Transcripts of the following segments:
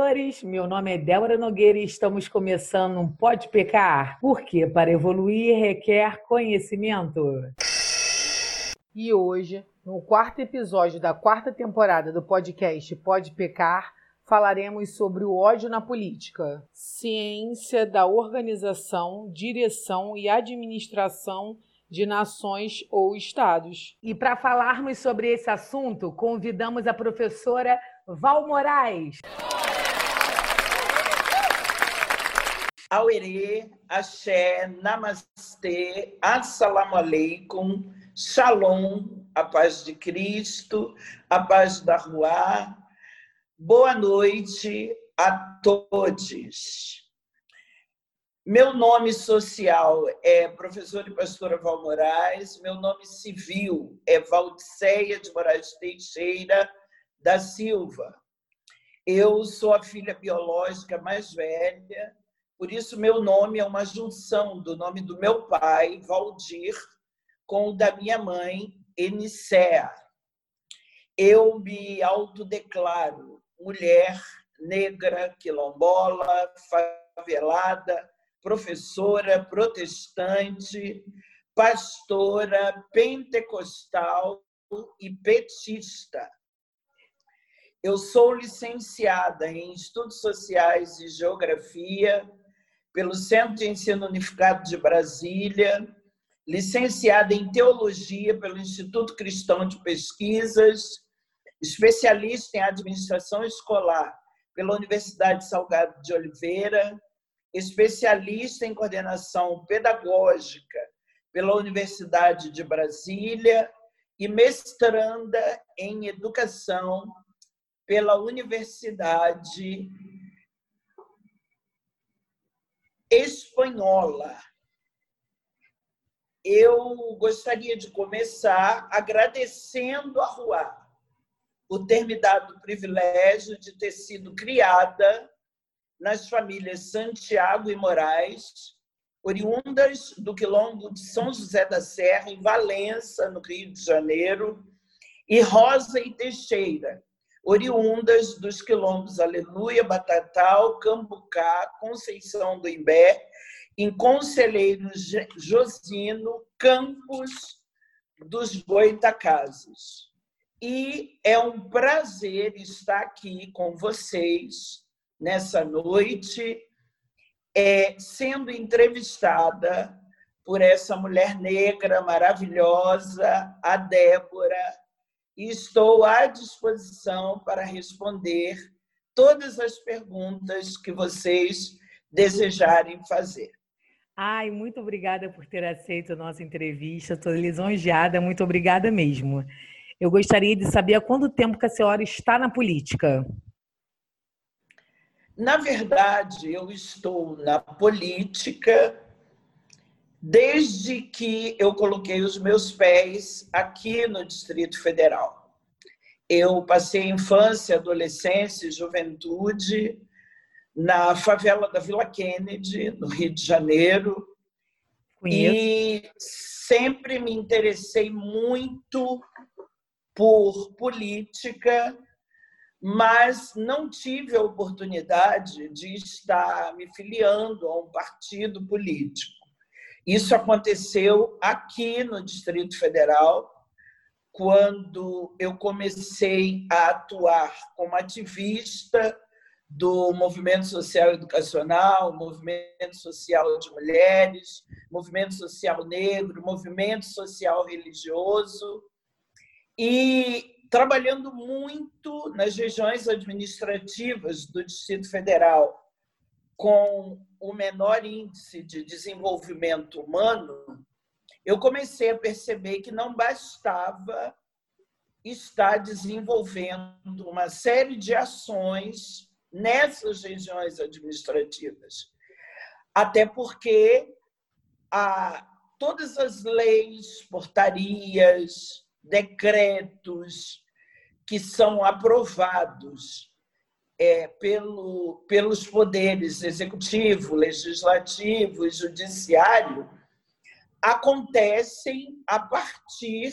senhores, meu nome é Débora Nogueira e estamos começando um Pode Pecar, porque para evoluir requer conhecimento. E hoje, no quarto episódio da quarta temporada do podcast Pode Pecar, falaremos sobre o ódio na política, ciência da organização, direção e administração de nações ou estados. E para falarmos sobre esse assunto, convidamos a professora Val Moraes. Auerê, Axé, Namastê, Assalamu Alaikum, Shalom, a paz de Cristo, a paz da Ruá. Boa noite a todos. Meu nome social é professora e pastora Val Moraes, meu nome civil é Valdiceia de Moraes Teixeira da Silva. Eu sou a filha biológica mais velha, por isso meu nome é uma junção do nome do meu pai, Valdir, com o da minha mãe, Enicéa. Eu me autodeclaro mulher negra, quilombola, favelada, professora, protestante, pastora, pentecostal e petista. Eu sou licenciada em Estudos Sociais e Geografia pelo Centro de Ensino Unificado de Brasília, licenciada em Teologia pelo Instituto Cristão de Pesquisas, especialista em Administração Escolar pela Universidade Salgado de Oliveira, especialista em Coordenação Pedagógica pela Universidade de Brasília e mestranda em Educação pela Universidade Espanhola. Eu gostaria de começar agradecendo a Ruá por ter me dado o privilégio de ter sido criada nas famílias Santiago e Moraes, oriundas do quilombo de São José da Serra, em Valença, no Rio de Janeiro, e Rosa e Teixeira, oriundas dos quilombos Aleluia, Batatal, Cambucá, Conceição do Imbé, em Conselheiro Josino, Campos dos Goitacazes. E é um prazer estar aqui com vocês nessa noite, sendo entrevistada por essa mulher negra maravilhosa, a Débora, e estou à disposição para responder todas as perguntas que vocês desejarem fazer. Ai, muito obrigada por ter aceito a nossa entrevista. Estou lisonjeada, muito obrigada mesmo. Eu gostaria de saber há quanto tempo que a senhora está na política? Na verdade, eu estou na política desde que eu coloquei os meus pés aqui no Distrito Federal. Eu passei infância, adolescência e juventude na favela da Vila Kennedy, no Rio de Janeiro. Conheço. E sempre me interessei muito por política, mas não tive a oportunidade de estar me filiando a um partido político. Isso aconteceu aqui no Distrito Federal, quando eu comecei a atuar como ativista do movimento social educacional, movimento social de mulheres, movimento social negro, movimento social religioso, e trabalhando muito nas regiões administrativas do Distrito Federal, com o menor índice de desenvolvimento humano, eu comecei a perceber que não bastava estar desenvolvendo uma série de ações nessas regiões administrativas. Até porque todas as leis, portarias, decretos que são aprovados pelos poderes executivo, legislativo e judiciário acontecem a partir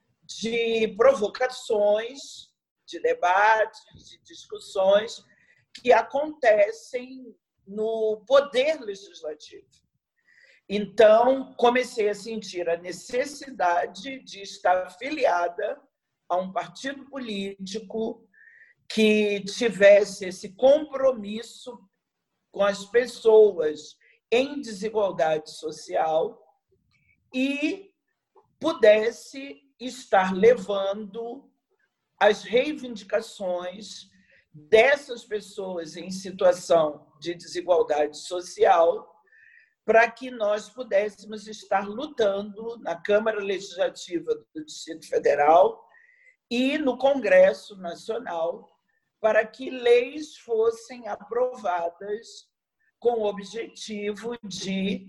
de provocações, de debates, de discussões que acontecem no poder legislativo. Então, comecei a sentir a necessidade de estar afiliada a um partido político que tivesse esse compromisso com as pessoas em desigualdade social e pudesse estar levando as reivindicações dessas pessoas em situação de desigualdade social para que nós pudéssemos estar lutando na Câmara Legislativa do Distrito Federal e no Congresso Nacional para que leis fossem aprovadas com o objetivo de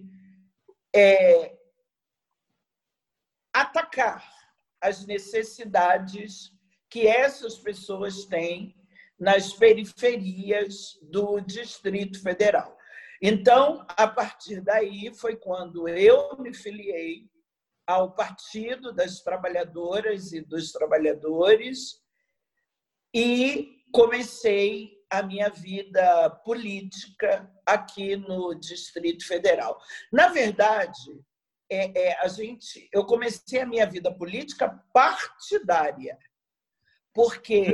atacar as necessidades que essas pessoas têm nas periferias do Distrito Federal. Então, a partir daí, foi quando eu me filiei ao Partido das Trabalhadoras e dos Trabalhadores e comecei a minha vida política aqui no Distrito Federal. Na verdade, eu comecei a minha vida política partidária, porque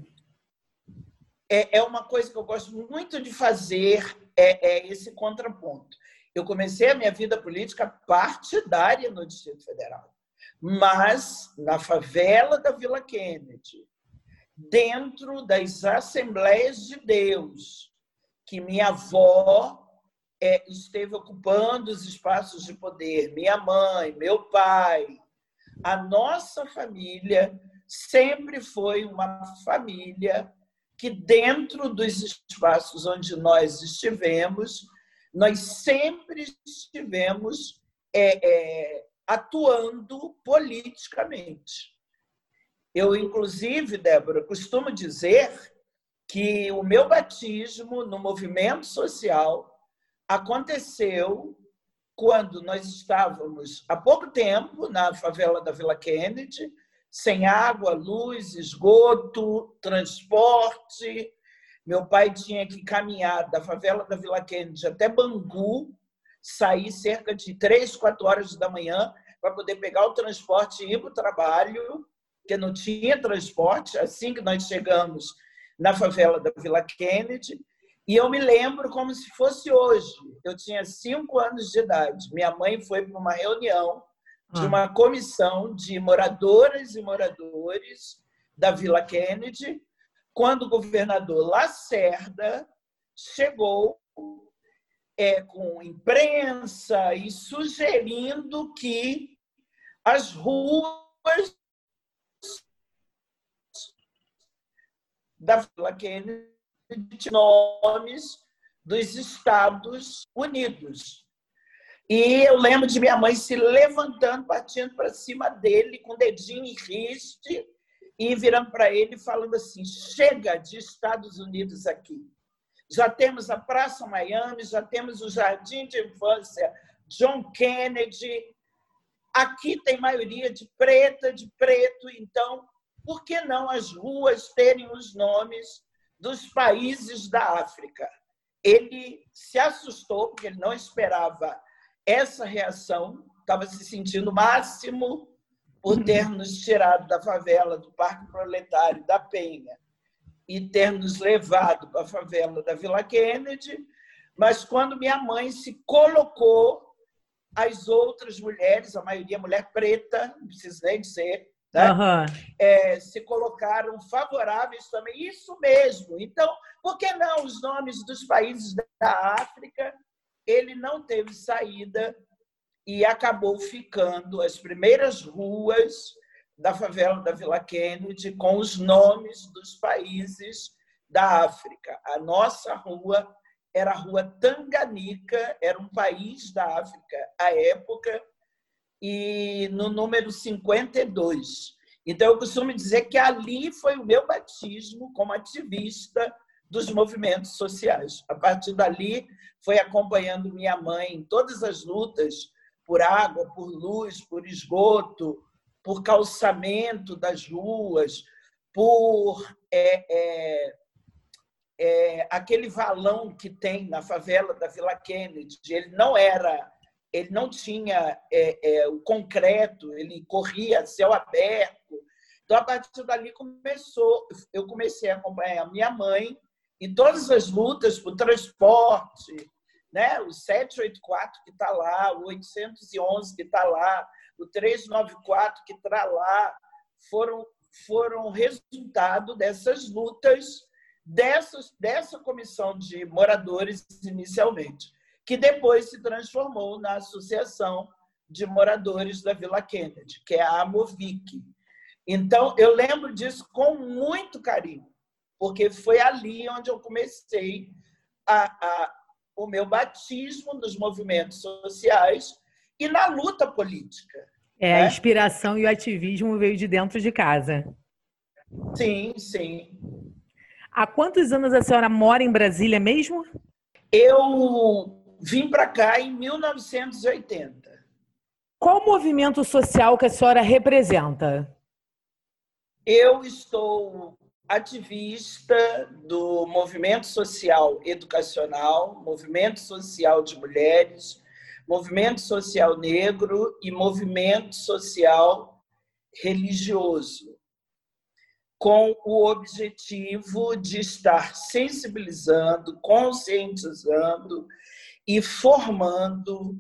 é uma coisa que eu gosto muito de fazer, esse contraponto. Eu comecei a minha vida política partidária no Distrito Federal, mas na favela da Vila Kennedy, dentro das Assembleias de Deus, que minha avó esteve ocupando os espaços de poder, minha mãe, meu pai. A nossa família sempre foi uma família que, dentro dos espaços onde nós estivemos, nós sempre estivemos atuando politicamente. Eu, inclusive, Débora, costumo dizer que o meu batismo no movimento social aconteceu quando nós estávamos, há pouco tempo, na favela da Vila Kennedy, sem água, luz, esgoto, transporte. Meu pai tinha que caminhar da favela da Vila Kennedy até Bangu, sair cerca de 3, 4 horas da manhã para poder pegar o transporte e ir para o trabalho, porque não tinha transporte, assim que nós chegamos na favela da Vila Kennedy. E eu me lembro como se fosse hoje. Eu tinha 5 anos de idade. Minha mãe foi para uma reunião de uma comissão de moradoras e moradores da Vila Kennedy, quando o governador Lacerda chegou com imprensa e sugerindo que as ruas da Vila Kennedy tinham nomes dos Estados Unidos. E eu lembro de minha mãe se levantando, partindo para cima dele, com o dedinho em riste, e virando para ele e falando assim: chega de Estados Unidos aqui. Já temos a Praça Miami, já temos o Jardim de Infância John Kennedy. Aqui tem maioria de preta, de preto, então, por que não as ruas terem os nomes dos países da África? Ele se assustou, porque ele não esperava essa reação, estava se sentindo máximo por ter nos tirado da favela do Parque Proletário da Penha e ter nos levado para a favela da Vila Kennedy, mas quando minha mãe se colocou, as outras mulheres, a maioria mulher preta, não preciso nem dizer, né? Se colocaram favoráveis também. Isso mesmo. Então, por que não os nomes dos países da África? Ele não teve saída e acabou ficando as primeiras ruas da favela da Vila Kennedy com os nomes dos países da África. A nossa rua era a Rua Tanganica, era um país da África à época, e no número 52. Então, eu costumo dizer que ali foi o meu batismo como ativista dos movimentos sociais. A partir dali, foi acompanhando minha mãe em todas as lutas por água, por luz, por esgoto, por calçamento das ruas, por aquele valão que tem na favela da Vila Kennedy, ele não tinha o concreto, ele corria a céu aberto. Então, a partir dali, eu comecei a acompanhar a minha mãe em todas as lutas por transporte, né? O 784 que está lá, o 811 que está lá, o 394 que está lá, foram resultado dessas lutas, dessa comissão de moradores inicialmente, que depois se transformou na Associação de Moradores da Vila Kennedy, que é a AMOVIC. Então, eu lembro disso com muito carinho, porque foi ali onde eu comecei o meu batismo nos movimentos sociais e na luta política. A inspiração e o ativismo veio de dentro de casa. Sim, sim. Há quantos anos a senhora mora em Brasília mesmo? Eu vim para cá em 1980. Qual movimento social que a senhora representa? Eu estou ativista do movimento social educacional, movimento social de mulheres, movimento social negro e movimento social religioso, com o objetivo de estar sensibilizando, conscientizando e formando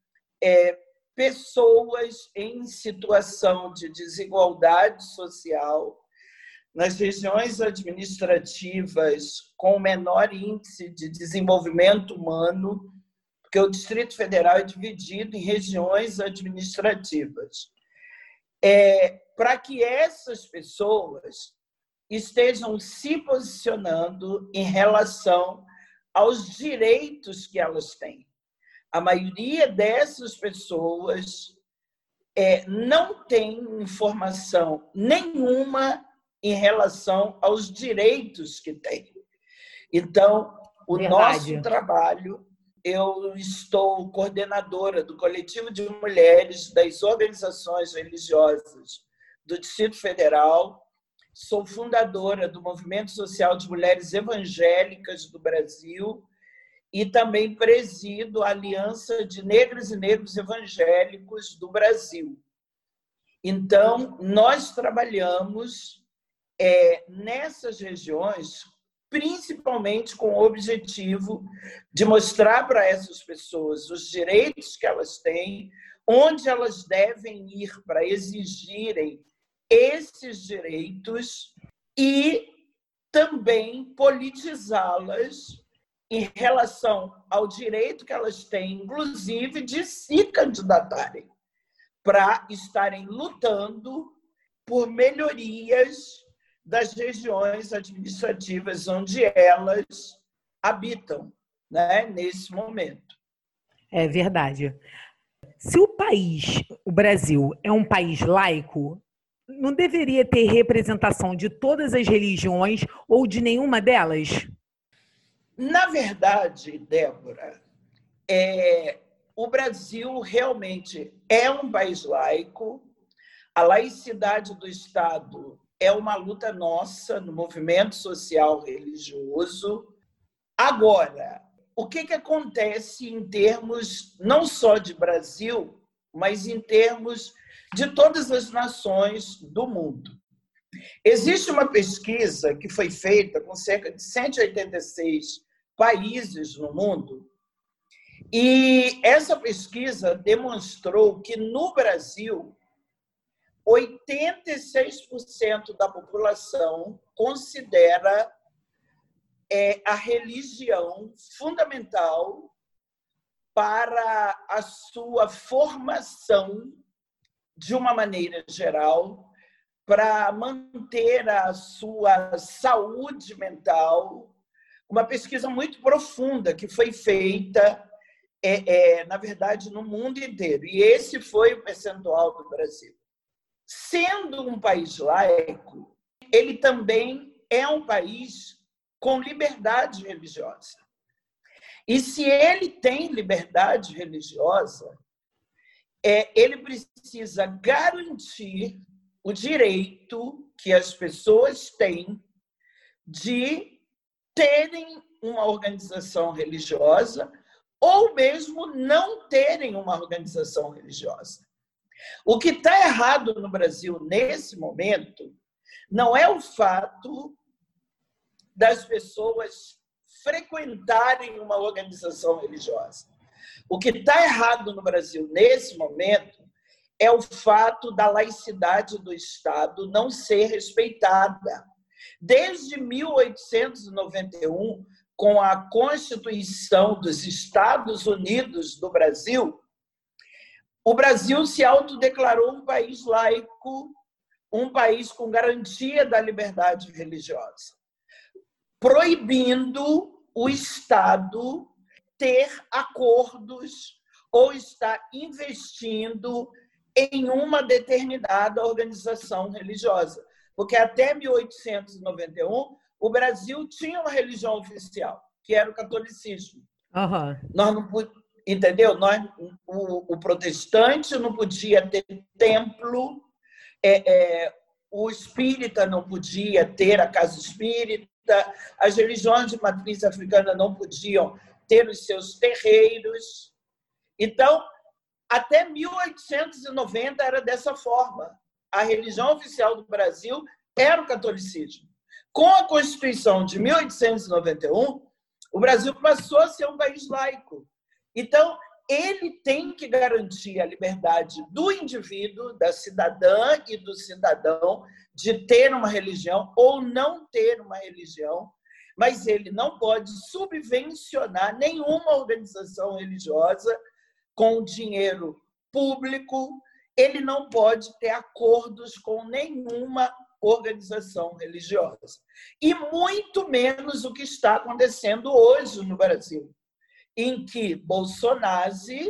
pessoas em situação de desigualdade social nas regiões administrativas com menor índice de desenvolvimento humano, porque o Distrito Federal é dividido em regiões administrativas, para que essas pessoas estejam se posicionando em relação aos direitos que elas têm. A maioria dessas pessoas não tem informação nenhuma em relação aos direitos que tem. Então, o nosso trabalho, eu estou coordenadora do coletivo de mulheres das organizações religiosas do Distrito Federal, sou fundadora do Movimento Social de Mulheres Evangélicas do Brasil e também presido a Aliança de Negras e Negros Evangélicos do Brasil. Então, nós trabalhamos nessas regiões, principalmente com o objetivo de mostrar para essas pessoas os direitos que elas têm, onde elas devem ir para exigirem esses direitos e também politizá-las em relação ao direito que elas têm, inclusive, de se candidatarem para estarem lutando por melhorias das regiões administrativas onde elas habitam, né, nesse momento. É verdade. Se o Brasil, é um país laico, não deveria ter representação de todas as religiões ou de nenhuma delas? Na verdade, Débora, o Brasil realmente é um país laico. A laicidade do Estado é uma luta nossa no movimento social religioso. Agora, o que acontece em termos não só de Brasil, mas em termos de todas as nações do mundo? Existe uma pesquisa que foi feita com cerca de 186 países no mundo, e essa pesquisa demonstrou que, no Brasil, 86% da população considera a religião fundamental para a sua formação, de uma maneira geral, para manter a sua saúde mental. Uma pesquisa muito profunda que foi feita, na verdade, no mundo inteiro. E esse foi o percentual do Brasil. Sendo um país laico, ele também é um país com liberdade religiosa. E se ele tem liberdade religiosa, ele precisa garantir o direito que as pessoas têm de terem uma organização religiosa ou mesmo não terem uma organização religiosa. O que está errado no Brasil nesse momento não é o fato das pessoas frequentarem uma organização religiosa. O que está errado no Brasil nesse momento é o fato da laicidade do Estado não ser respeitada. Desde 1891, com a Constituição dos Estados Unidos do Brasil, o Brasil se autodeclarou um país laico, um país com garantia da liberdade religiosa, proibindo o Estado ter acordos ou estar investindo em uma determinada organização religiosa. Porque até 1891, o Brasil tinha uma religião oficial, que era o catolicismo. Uhum. Nós não, entendeu? O protestante não podia ter templo, o espírita não podia ter a casa espírita, as religiões de matriz africana não podiam ter os seus terreiros. Então, até 1890 era dessa forma. A religião oficial do Brasil era o catolicismo. Com a Constituição de 1891, o Brasil passou a ser um país laico. Então, ele tem que garantir a liberdade do indivíduo, da cidadã e do cidadão de ter uma religião ou não ter uma religião, mas ele não pode subvencionar nenhuma organização religiosa com dinheiro público, ele não pode ter acordos com nenhuma organização religiosa. E muito menos o que está acontecendo hoje no Brasil, em que Bolsonaro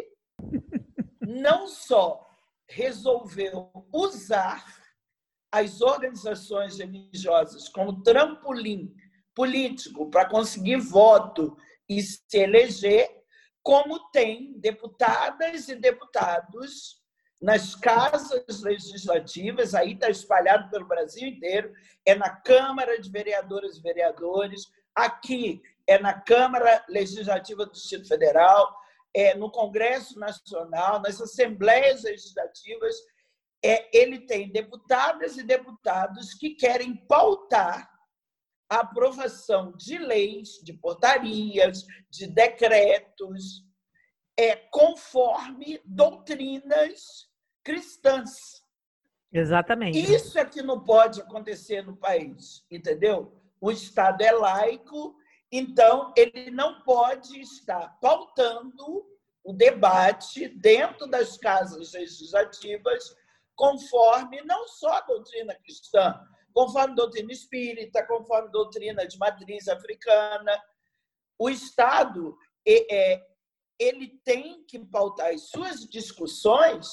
não só resolveu usar as organizações religiosas como trampolim político para conseguir voto e se eleger, como tem deputadas e deputados nas casas legislativas, aí está espalhado pelo Brasil inteiro, é na Câmara de Vereadoras e Vereadores, aqui é na Câmara Legislativa do Distrito Federal, é no Congresso Nacional, nas Assembleias Legislativas, ele tem deputadas e deputados que querem pautar a aprovação de leis, de portarias, de decretos, conforme doutrinas cristãs. Exatamente. Isso é que não pode acontecer no país, entendeu? O Estado é laico, então ele não pode estar pautando o debate dentro das casas legislativas conforme não só a doutrina cristã, conforme a doutrina espírita, conforme a doutrina de matriz africana. O Estado ele tem que pautar as suas discussões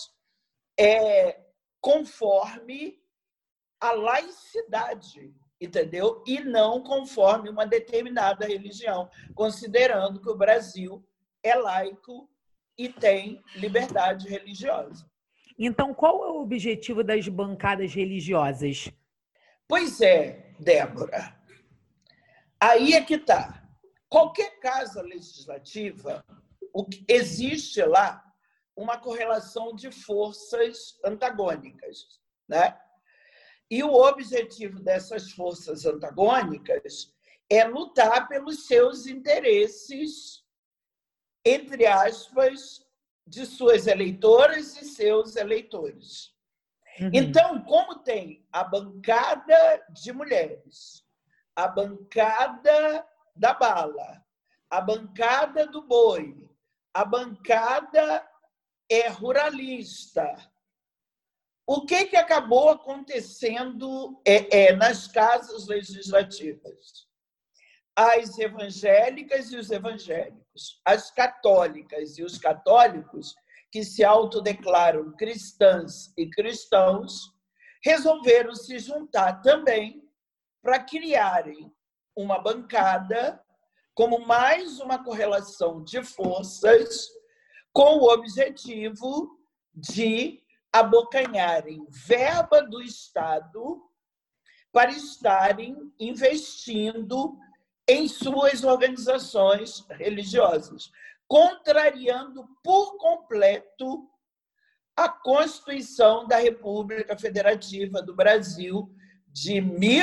conforme a laicidade, entendeu? E não conforme uma determinada religião, considerando que o Brasil é laico e tem liberdade religiosa. Então, qual é o objetivo das bancadas religiosas? Pois é, Débora. Aí é que está. Qualquer casa legislativa, existe lá uma correlação de forças antagônicas, né? E o objetivo dessas forças antagônicas é lutar pelos seus interesses, entre aspas, de suas eleitoras e seus eleitores. Uhum. Então, como tem a bancada de mulheres, a bancada da bala, a bancada do boi, a bancada ruralista, o que acabou acontecendo nas casas legislativas? As evangélicas e os evangélicos, as católicas e os católicos, que se autodeclaram cristãs e cristãos, resolveram se juntar também para criarem uma bancada como mais uma correlação de forças com o objetivo de abocanharem verba do Estado para estarem investindo em suas organizações religiosas, contrariando por completo a Constituição da República Federativa do Brasil de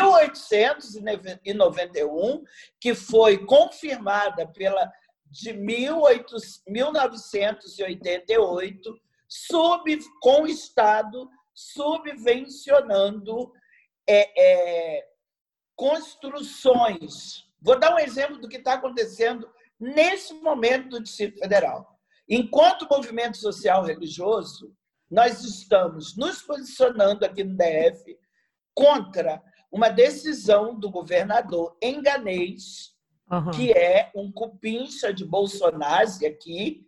1891, que foi confirmada de 1988, com o Estado subvencionando construções. Vou dar um exemplo do que está acontecendo nesse momento do Distrito Federal. Enquanto movimento social religioso, nós estamos nos posicionando aqui no DF contra uma decisão do governador enganês, que é um cupincha de Bolsonaro aqui,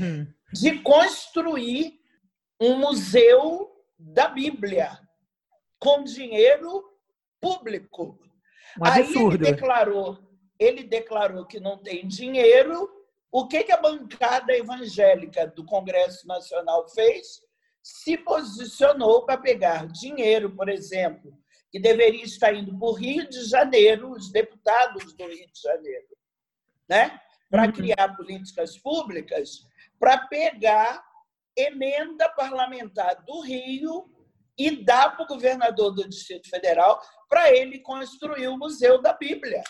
de construir um museu da Bíblia com dinheiro público. Um absurdo. Aí ele declarou que não tem dinheiro. O que a bancada evangélica do Congresso Nacional fez? Se posicionou para pegar dinheiro, por exemplo, que deveria estar indo para o Rio de Janeiro, os deputados do Rio de Janeiro, né? Para criar políticas públicas, para pegar emenda parlamentar do Rio e dar para o governador do Distrito Federal para ele construir o Museu da Bíblia.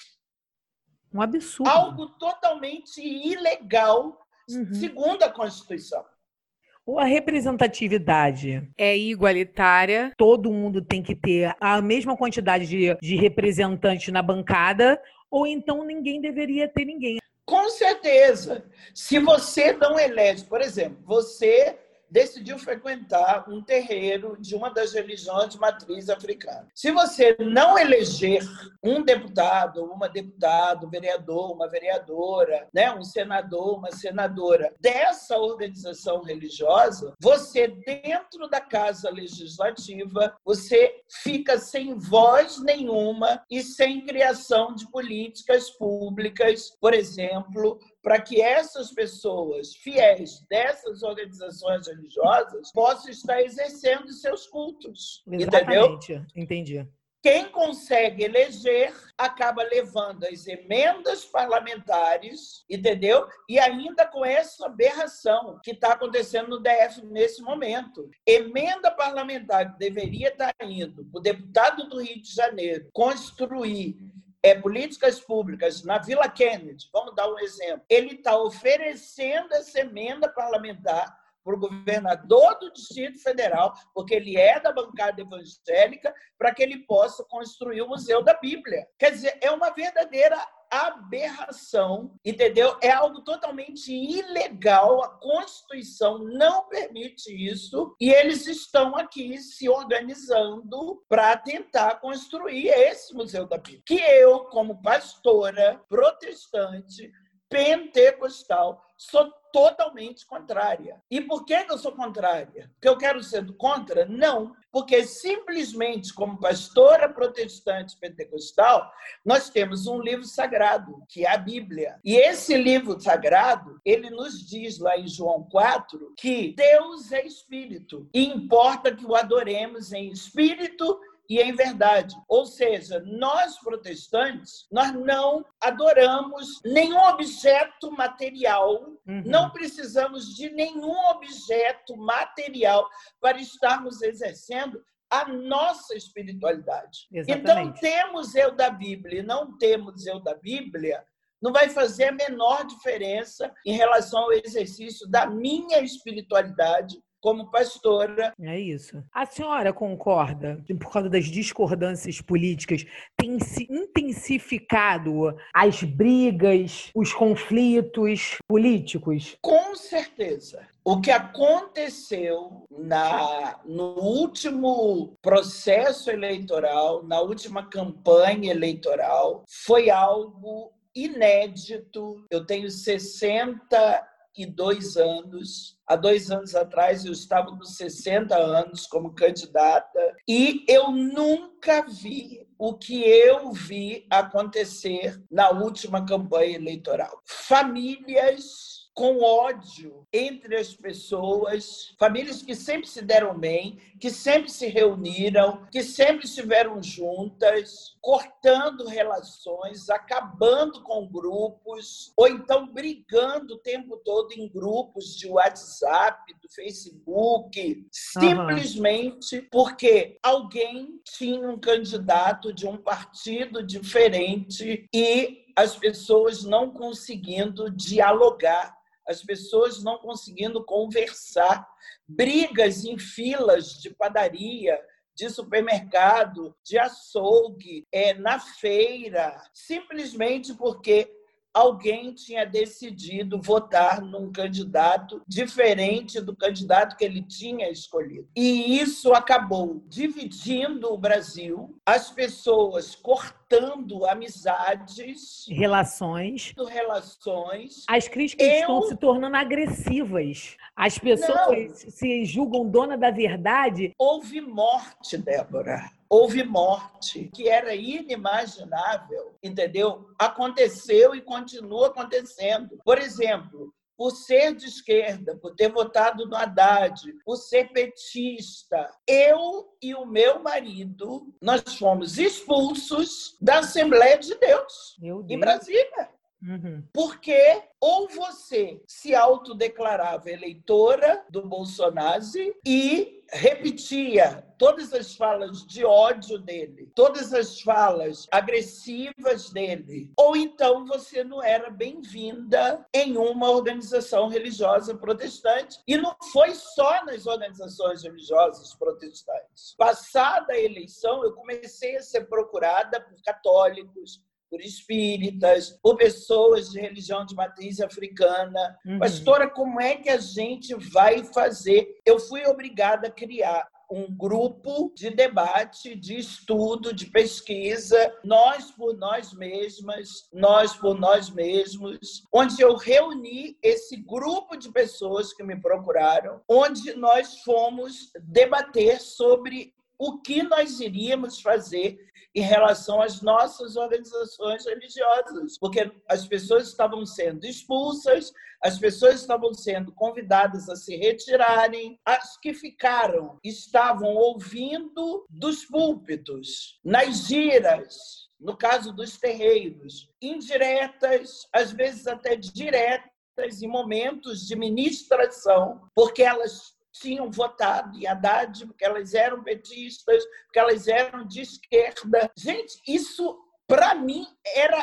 Um absurdo. Algo totalmente ilegal, segundo a Constituição. Ou a representatividade é igualitária. Todo mundo tem que ter a mesma quantidade de representantes na bancada, ou então ninguém deveria ter ninguém. Com certeza. Se você não elege, por exemplo, você decidiu frequentar um terreiro de uma das religiões de matriz africana. Se você não eleger um deputado, uma deputada, um vereador, uma vereadora, né, um senador, uma senadora dessa organização religiosa, você, dentro da Casa Legislativa, você fica sem voz nenhuma e sem criação de políticas públicas, por exemplo, para que essas pessoas fiéis dessas organizações religiosas possam estar exercendo seus cultos. Exatamente. Entendeu? Entendi. Quem consegue eleger acaba levando as emendas parlamentares, entendeu? E ainda com essa aberração que está acontecendo no DF nesse momento. Emenda parlamentar que deveria estar indo para o deputado do Rio de Janeiro construir políticas públicas na Vila Kennedy, vamos dar um exemplo. Ele está oferecendo essa emenda parlamentar para o governador do Distrito Federal, porque ele é da bancada evangélica, para que ele possa construir o Museu da Bíblia. Quer dizer, é uma verdadeira aberração, entendeu? É algo totalmente ilegal, a Constituição não permite isso, e eles estão aqui se organizando para tentar construir esse Museu da Bíblia. Que eu, como pastora protestante, pentecostal, sou totalmente contrária. E por que eu sou contrária? Porque eu quero ser contra? Não. Porque simplesmente, como pastora protestante pentecostal, nós temos um livro sagrado, que é a Bíblia. E esse livro sagrado, ele nos diz lá em João 4, que Deus é espírito. E importa que o adoremos em espírito e em verdade. Ou seja, nós protestantes, nós não adoramos nenhum objeto material, não precisamos de nenhum objeto material para estarmos exercendo a nossa espiritualidade. Exatamente. Então, temos eu da Bíblia e não temos eu da Bíblia, não vai fazer a menor diferença em relação ao exercício da minha espiritualidade como pastora. É isso. A senhora concorda, por causa das discordâncias políticas, tem se intensificado as brigas, os conflitos políticos? Com certeza. O que aconteceu no último processo eleitoral, na última campanha eleitoral, foi algo inédito. Eu tenho 62 anos. Há 2 anos atrás, eu estava com 60 anos como candidata e eu nunca vi o que eu vi acontecer na última campanha eleitoral. Famílias com ódio entre as pessoas, famílias que sempre se deram bem, que sempre se reuniram, que sempre estiveram juntas, cortando relações, acabando com grupos, ou então brigando o tempo todo em grupos de WhatsApp, do Facebook, simplesmente porque alguém tinha um candidato de um partido diferente e as pessoas não conseguindo dialogar, as pessoas não conseguindo conversar, brigas em filas de padaria, de supermercado, de açougue, na feira, simplesmente porque alguém tinha decidido votar num candidato diferente do candidato que ele tinha escolhido. E isso acabou dividindo o Brasil, as pessoas cortando amizades, relações. relações. As críticas estão se tornando agressivas. As pessoas se julgam dona da verdade. Houve morte, Débora. Houve morte, que era inimaginável, entendeu? Aconteceu e continua acontecendo. Por exemplo, por ser de esquerda, por ter votado no Haddad, por ser petista, eu e o meu marido, nós fomos expulsos da Assembleia de Deus, em Brasília. Porque ou você se autodeclarava eleitora do Bolsonaro e repetia todas as falas de ódio dele, todas as falas agressivas dele, ou então você não era bem-vinda em uma organização religiosa protestante. E não foi só nas organizações religiosas protestantes. Passada a eleição, eu comecei a ser procurada por católicos, por espíritas, por pessoas de religião de matriz africana. Pastora, como é que a gente vai fazer? Eu fui obrigada a criar um grupo de debate, de estudo, de pesquisa, nós por nós mesmas, nós por nós mesmos, onde eu reuni esse grupo de pessoas que me procuraram, onde nós fomos debater sobre o que nós iríamos fazer em relação às nossas organizações religiosas, porque as pessoas estavam sendo expulsas, as pessoas estavam sendo convidadas a se retirarem, as que ficaram estavam ouvindo dos púlpitos, nas giras, no caso dos terreiros, indiretas, às vezes até diretas, em momentos de ministração, porque elas tinham votado em Haddad, porque elas eram petistas, porque elas eram de esquerda. Gente, isso, para mim, era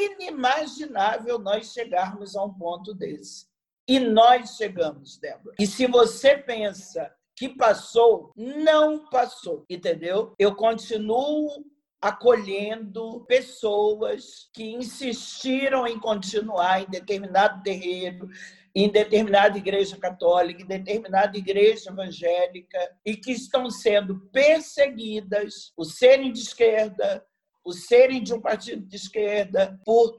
inimaginável nós chegarmos a um ponto desse. E nós chegamos, Débora. E se você pensa que passou, não passou, entendeu? Eu continuo acolhendo pessoas que insistiram em continuar em determinado terreiro, em determinada igreja católica, em determinada igreja evangélica, e que estão sendo perseguidas por serem de esquerda, por serem de um partido de esquerda,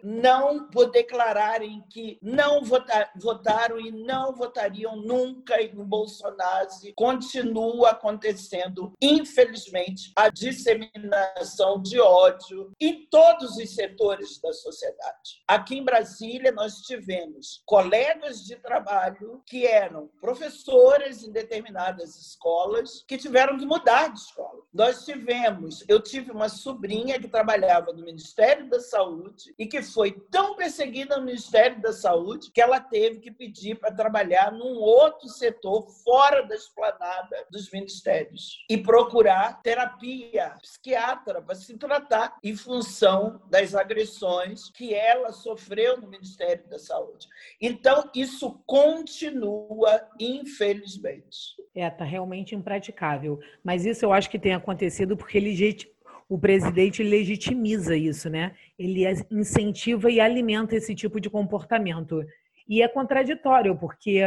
por declararem que não votaram e não votariam nunca em Bolsonaro. Continua acontecendo, infelizmente, a disseminação de ódio em todos os setores da sociedade. Aqui em Brasília, nós tivemos colegas de trabalho que eram professoras em determinadas escolas que tiveram que mudar de escola. Eu tive uma sobrinha que trabalhava no Ministério da Saúde e que foi tão perseguida no Ministério da Saúde que ela teve que pedir para trabalhar num outro setor fora da esplanada dos ministérios e procurar terapia psiquiatra para se tratar em função das agressões que ela sofreu no Ministério da Saúde. Então, isso continua, infelizmente. Está realmente impraticável. Mas isso eu acho que tem acontecido porque o presidente legitimiza isso, né? Ele incentiva e alimenta esse tipo de comportamento. E é contraditório, porque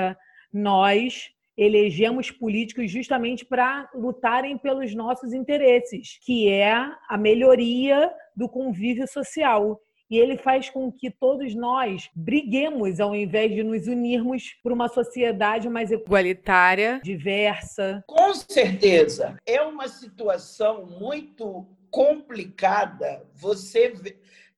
nós elegemos políticos justamente para lutarem pelos nossos interesses, que é a melhoria do convívio social. E ele faz com que todos nós briguemos ao invés de nos unirmos por uma sociedade mais igualitária, diversa. Com certeza. É uma situação muito complicada. Você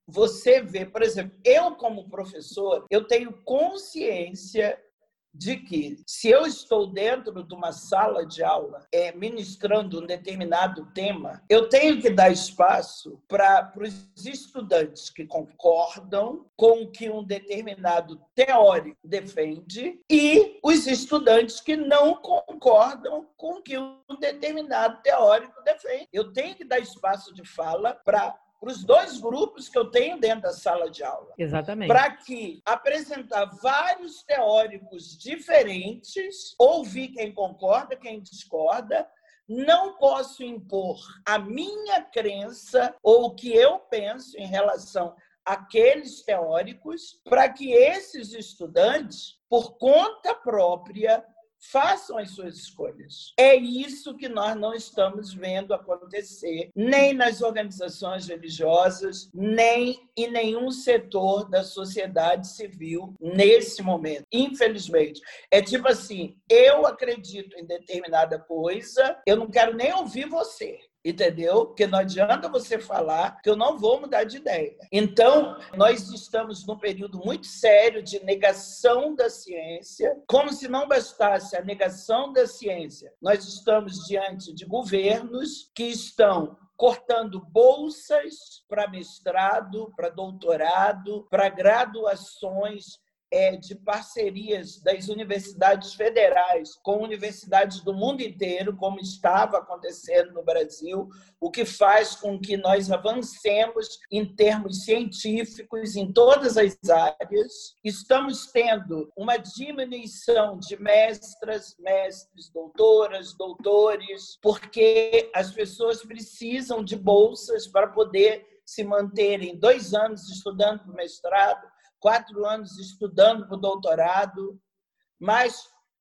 você vê, por exemplo, eu como professor, eu tenho consciência de que, se eu estou dentro de uma sala de aula ministrando um determinado tema, eu tenho que dar espaço para os estudantes que concordam com o que um determinado teórico defende e os estudantes que não concordam com o que um determinado teórico defende. Eu tenho que dar espaço de fala para os dois grupos que eu tenho dentro da sala de aula. Exatamente. Para que apresentar vários teóricos diferentes, ouvir quem concorda, quem discorda, não posso impor a minha crença ou o que eu penso em relação àqueles teóricos, para que esses estudantes, por conta própria, façam as suas escolhas. É isso que nós não estamos vendo acontecer, nem nas organizações religiosas, nem em nenhum setor da sociedade civil nesse momento, infelizmente. É tipo assim, eu acredito em determinada coisa, eu não quero nem ouvir você. Entendeu? Porque não adianta você falar que eu não vou mudar de ideia. Então, nós estamos num período muito sério de negação da ciência. Como se não bastasse a negação da ciência, nós estamos diante de governos que estão cortando bolsas para mestrado, para doutorado, para graduações de parcerias das universidades federais com universidades do mundo inteiro, como estava acontecendo no Brasil, o que faz com que nós avancemos em termos científicos em todas as áreas. Estamos tendo uma diminuição de mestres, doutoras, doutores, porque as pessoas precisam de bolsas para poder se manterem 2 anos estudando para o mestrado, 4 anos estudando para o doutorado, mais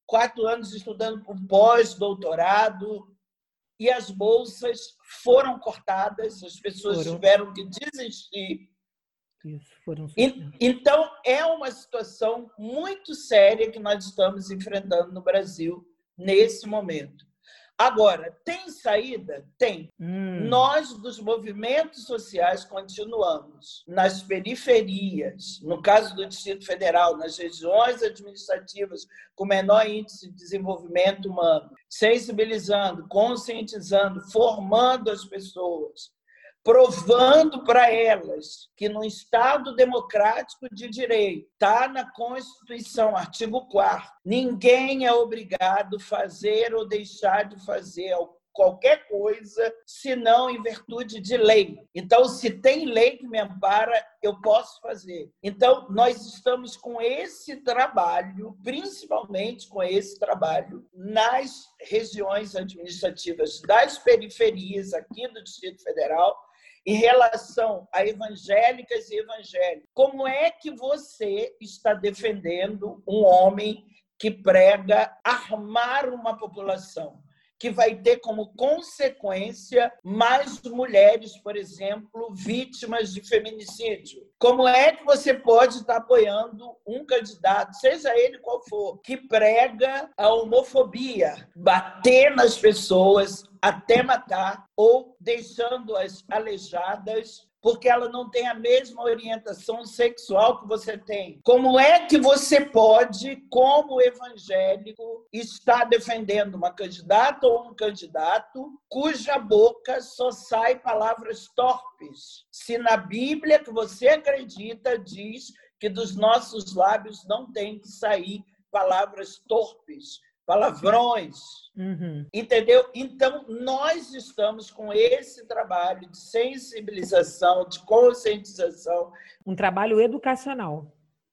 4 anos estudando para o pós-doutorado, e as bolsas foram cortadas, as pessoas tiveram que desistir. Isso, foram então, é uma situação muito séria que nós estamos enfrentando no Brasil nesse momento. Agora, tem saída? Tem. Nós, dos movimentos sociais, continuamos nas periferias, no caso do Distrito Federal, nas regiões administrativas com menor índice de desenvolvimento humano, sensibilizando, conscientizando, formando as pessoas, provando para elas que no Estado democrático de direito, está na Constituição, artigo 4º, ninguém é obrigado a fazer ou deixar de fazer qualquer coisa, senão em virtude de lei. Então, se tem lei que me ampara, eu posso fazer. Então, nós estamos com esse trabalho, principalmente com esse trabalho, nas regiões administrativas das periferias aqui do Distrito Federal, em relação a evangélicas e evangélicos. Como é que você está defendendo um homem que prega armar uma população, que vai ter como consequência mais mulheres, por exemplo, vítimas de feminicídio? Como é que você pode estar apoiando um candidato, seja ele qual for, que prega a homofobia, bater nas pessoas até matar ou deixando-as aleijadas porque ela não tem a mesma orientação sexual que você tem? Como é que você pode, como evangélico, estar defendendo uma candidata ou um candidato cuja boca só sai palavras torpes, se na Bíblia que você acredita diz que dos nossos lábios não tem que sair palavras torpes, palavrões? Entendeu? Então, nós estamos com esse trabalho de sensibilização, de conscientização. Um trabalho educacional.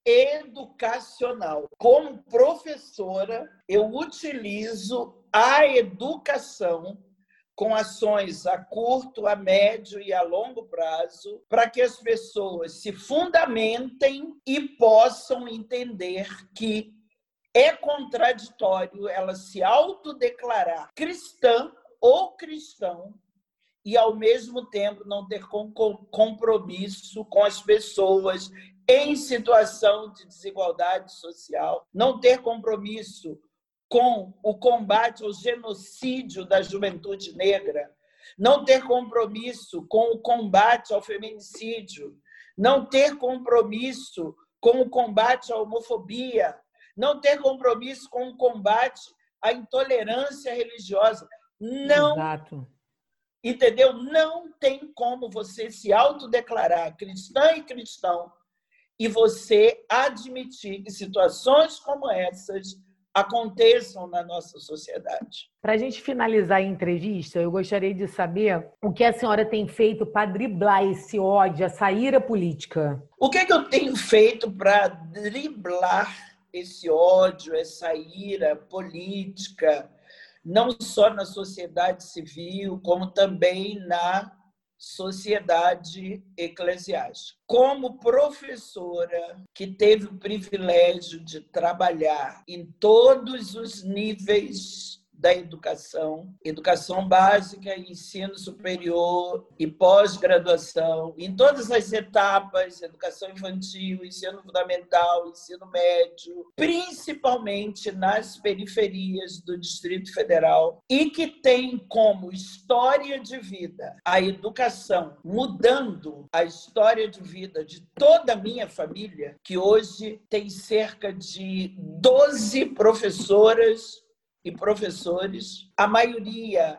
Como professora, eu utilizo a educação com ações a curto, a médio e a longo prazo, para que as pessoas se fundamentem e possam entender que é contraditório ela se autodeclarar cristã ou cristão e, ao mesmo tempo, não ter compromisso com as pessoas em situação de desigualdade social, não ter compromisso com o combate ao genocídio da juventude negra, não ter compromisso com o combate ao feminicídio, não ter compromisso com o combate à homofobia, não ter compromisso com o combate à intolerância religiosa. Não, Exato. entendeu? Não tem como você se autodeclarar cristã e cristão e você admitir que situações como essas aconteçam na nossa sociedade. Para a gente finalizar a entrevista, eu gostaria de saber o que a senhora tem feito para driblar esse ódio, essa ira política. O que é que eu tenho feito para driblar esse ódio, essa ira política, não só na sociedade civil, como também na sociedade eclesiástica? Como professora que teve o privilégio de trabalhar em todos os níveis da educação, educação básica, ensino superior e pós-graduação, em todas as etapas, educação infantil, ensino fundamental, ensino médio, principalmente nas periferias do Distrito Federal, e que tem como história de vida a educação, mudando a história de vida de toda a minha família, que hoje tem cerca de 12 professoras e professores, a maioria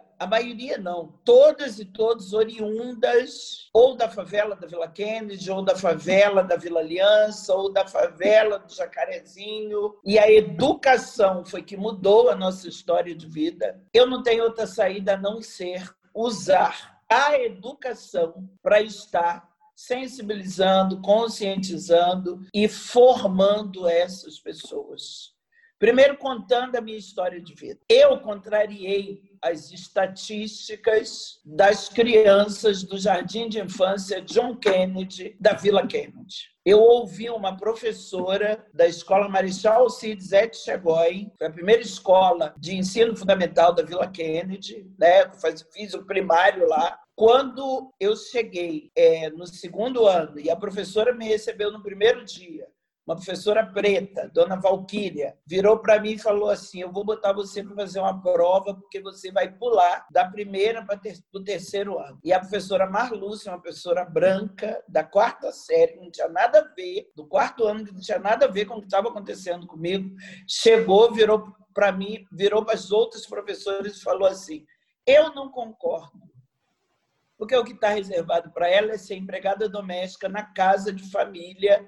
não, todas e todos oriundas ou da favela da Vila Kennedy, ou da favela da Vila Aliança, ou da favela do Jacarezinho. E a educação foi que mudou a nossa história de vida. Eu não tenho outra saída a não ser usar a educação para estar sensibilizando, conscientizando e formando essas pessoas. Primeiro, contando a minha história de vida. Eu contrariei as estatísticas das crianças do Jardim de Infância John Kennedy, da Vila Kennedy. Eu ouvi uma professora da Escola Marechal Alcides Etchegói, foi a primeira escola de ensino fundamental da Vila Kennedy, né? Fiz o primário lá. Quando eu cheguei no segundo ano e a professora me recebeu no primeiro dia, uma professora preta, dona Valquíria, virou para mim e falou assim: eu vou botar você para fazer uma prova porque você vai pular da primeira para o terceiro ano. E a professora Marlúcia, uma professora branca da quarta série, não tinha nada a ver, do quarto ano, que não tinha nada a ver com o que estava acontecendo comigo, chegou, virou para mim, virou para as outras professoras e falou assim: eu não concordo, porque o que está reservado para ela é ser empregada doméstica na casa de família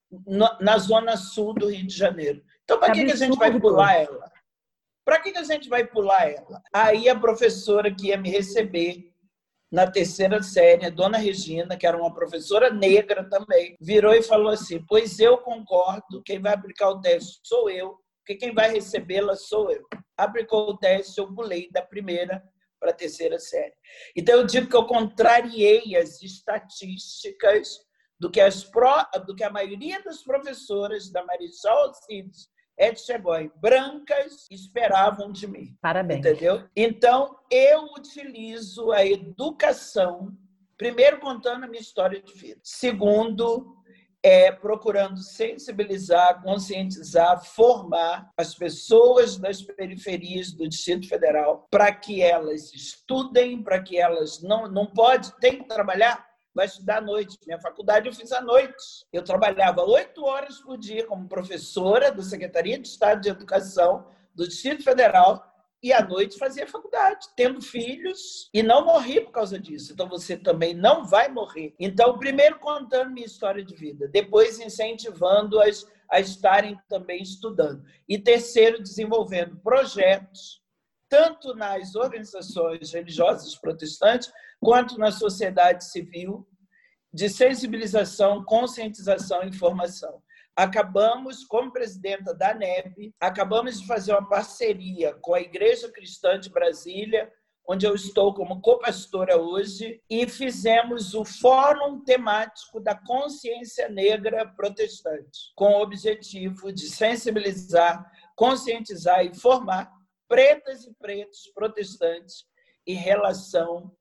na zona sul do Rio de Janeiro. Então, para que a gente vai pular ela? Para que a gente vai pular ela? Aí a professora que ia me receber na terceira série, a dona Regina, que era uma professora negra também, virou e falou assim: pois eu concordo, quem vai aplicar o teste sou eu, porque quem vai recebê-la sou eu. Aplicou o teste, eu pulei da primeira para a terceira série. Então, eu digo que eu contrariei as estatísticas do que a maioria das professoras da Marechal Alcides Etchegói, brancas, esperavam de mim. Parabéns. Entendeu? Então, eu utilizo a educação, primeiro, contando a minha história de vida. Segundo, procurando sensibilizar, conscientizar, formar as pessoas das periferias do Distrito Federal para que elas estudem, para que elas tem que trabalhar, vai estudar à noite. Minha faculdade eu fiz à noite. Eu trabalhava 8 horas por dia como professora da Secretaria de Estado de Educação do Distrito Federal e à noite fazia faculdade, tendo filhos, e não morri por causa disso. Então, você também não vai morrer. Então, primeiro contando minha história de vida, depois incentivando-as a estarem também estudando. E terceiro, desenvolvendo projetos, tanto nas organizações religiosas protestantes, quanto na sociedade civil, de sensibilização, conscientização e informação. Acabamos, como presidenta da ANEB, acabamos de fazer uma parceria com a Igreja Cristã de Brasília, onde eu estou como copastora hoje, e fizemos o Fórum Temático da Consciência Negra Protestante, com o objetivo de sensibilizar, conscientizar e formar pretas e pretos protestantes em relação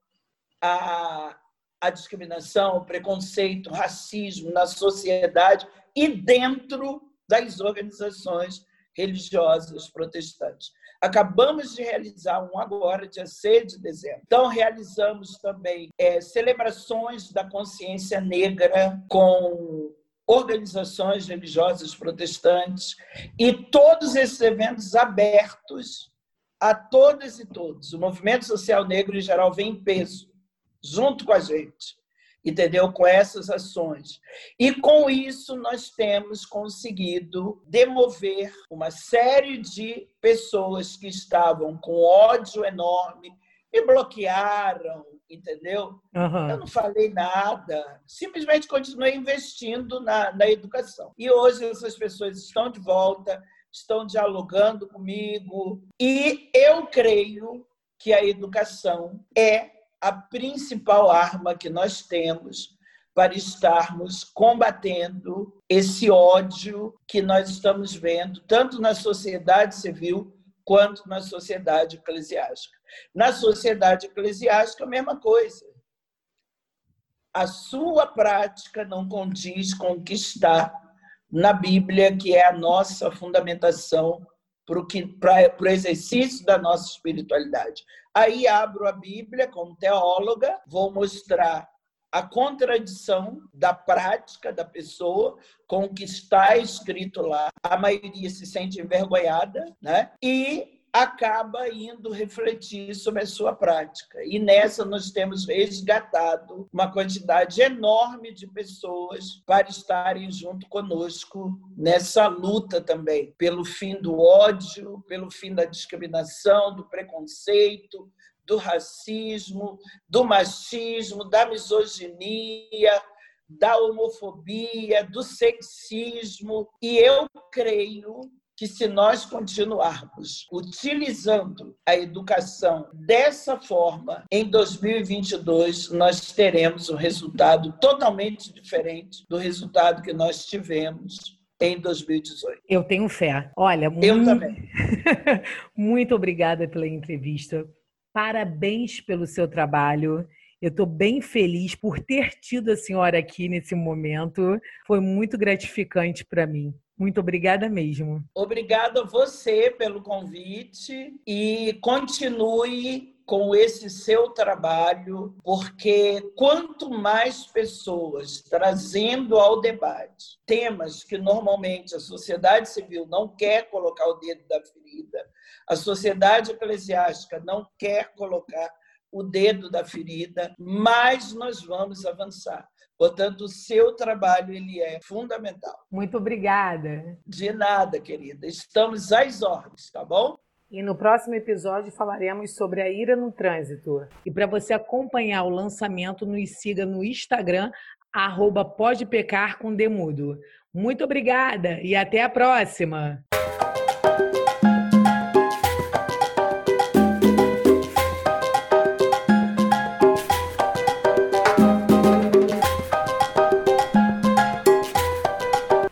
à discriminação, ao preconceito, racismo na sociedade e dentro das organizações religiosas protestantes. Acabamos de realizar um agora, dia 6 de dezembro. Então, realizamos também celebrações da consciência negra com organizações religiosas protestantes e todos esses eventos abertos a todas e todos. O movimento social negro, em geral, vem em peso, junto com a gente, entendeu? Com essas ações. E com isso nós temos conseguido demover uma série de pessoas que estavam com ódio enorme, me bloquearam, entendeu? Eu não falei nada, simplesmente continuei investindo na educação. E hoje essas pessoas estão de volta, estão dialogando comigo, e eu creio que a educação é a principal arma que nós temos para estarmos combatendo esse ódio que nós estamos vendo, tanto na sociedade civil quanto na sociedade eclesiástica. Na sociedade eclesiástica, a mesma coisa. A sua prática não condiz com o que está na Bíblia, que é a nossa fundamentação para o exercício da nossa espiritualidade. Aí abro a Bíblia como teóloga, vou mostrar a contradição da prática da pessoa com o que está escrito lá. A maioria se sente envergonhada, né? E acaba indo refletir sobre a sua prática. E nessa nós temos resgatado uma quantidade enorme de pessoas para estarem junto conosco nessa luta também, pelo fim do ódio, pelo fim da discriminação, do preconceito, do racismo, do machismo, da misoginia, da homofobia, do sexismo. E eu creio que se nós continuarmos utilizando a educação dessa forma, em 2022 nós teremos um resultado totalmente diferente do resultado que nós tivemos em 2018. Eu tenho fé. Olha, eu também. Muito obrigada pela entrevista. Parabéns pelo seu trabalho. Eu estou bem feliz por ter tido a senhora aqui nesse momento. Foi muito gratificante para mim. Muito obrigada mesmo. Obrigada a você pelo convite e continue com esse seu trabalho, porque quanto mais pessoas trazendo ao debate temas que normalmente a sociedade civil não quer colocar o dedo da ferida, a sociedade eclesiástica não quer colocar o dedo da ferida, mais nós vamos avançar. Portanto, o seu trabalho ele é fundamental. Muito obrigada. De nada, querida. Estamos às ordens, tá bom? E no próximo episódio falaremos sobre a ira no trânsito. E para você acompanhar o lançamento, nos siga no Instagram, @podepecarcomdemudo. Muito obrigada e até a próxima!